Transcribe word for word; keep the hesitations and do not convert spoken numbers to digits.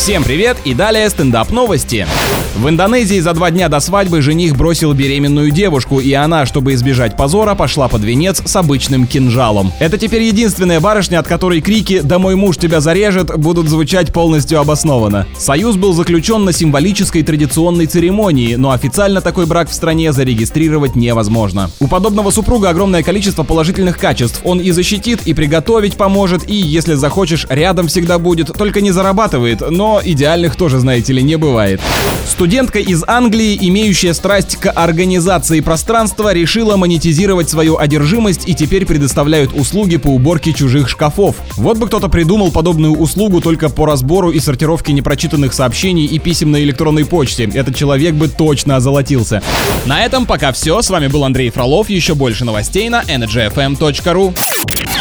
Всем привет и далее стендап новости. В Индонезии за два дня до свадьбы жених бросил беременную девушку, и она, чтобы избежать позора, пошла под венец с обычным кинжалом. Это теперь единственная барышня, от которой крики «Да мой муж тебя зарежет» будут звучать полностью обоснованно. Союз был заключен на символической традиционной церемонии, но официально такой брак в стране зарегистрировать невозможно. У подобного супруга огромное количество положительных качеств. Он и защитит, и приготовить поможет, и, если захочешь, рядом всегда будет, только не зарабатывает, но идеальных тоже, знаете ли, не бывает. Студентка из Англии, имеющая страсть к организации пространства, решила монетизировать свою одержимость и теперь предоставляет услуги по уборке чужих шкафов. Вот бы кто-то придумал подобную услугу только по разбору и сортировке непрочитанных сообщений и писем на электронной почте. Этот человек бы точно озолотился. На этом пока все. С вами был Андрей Фролов. Еще больше новостей на энерджи эф эм точка ру.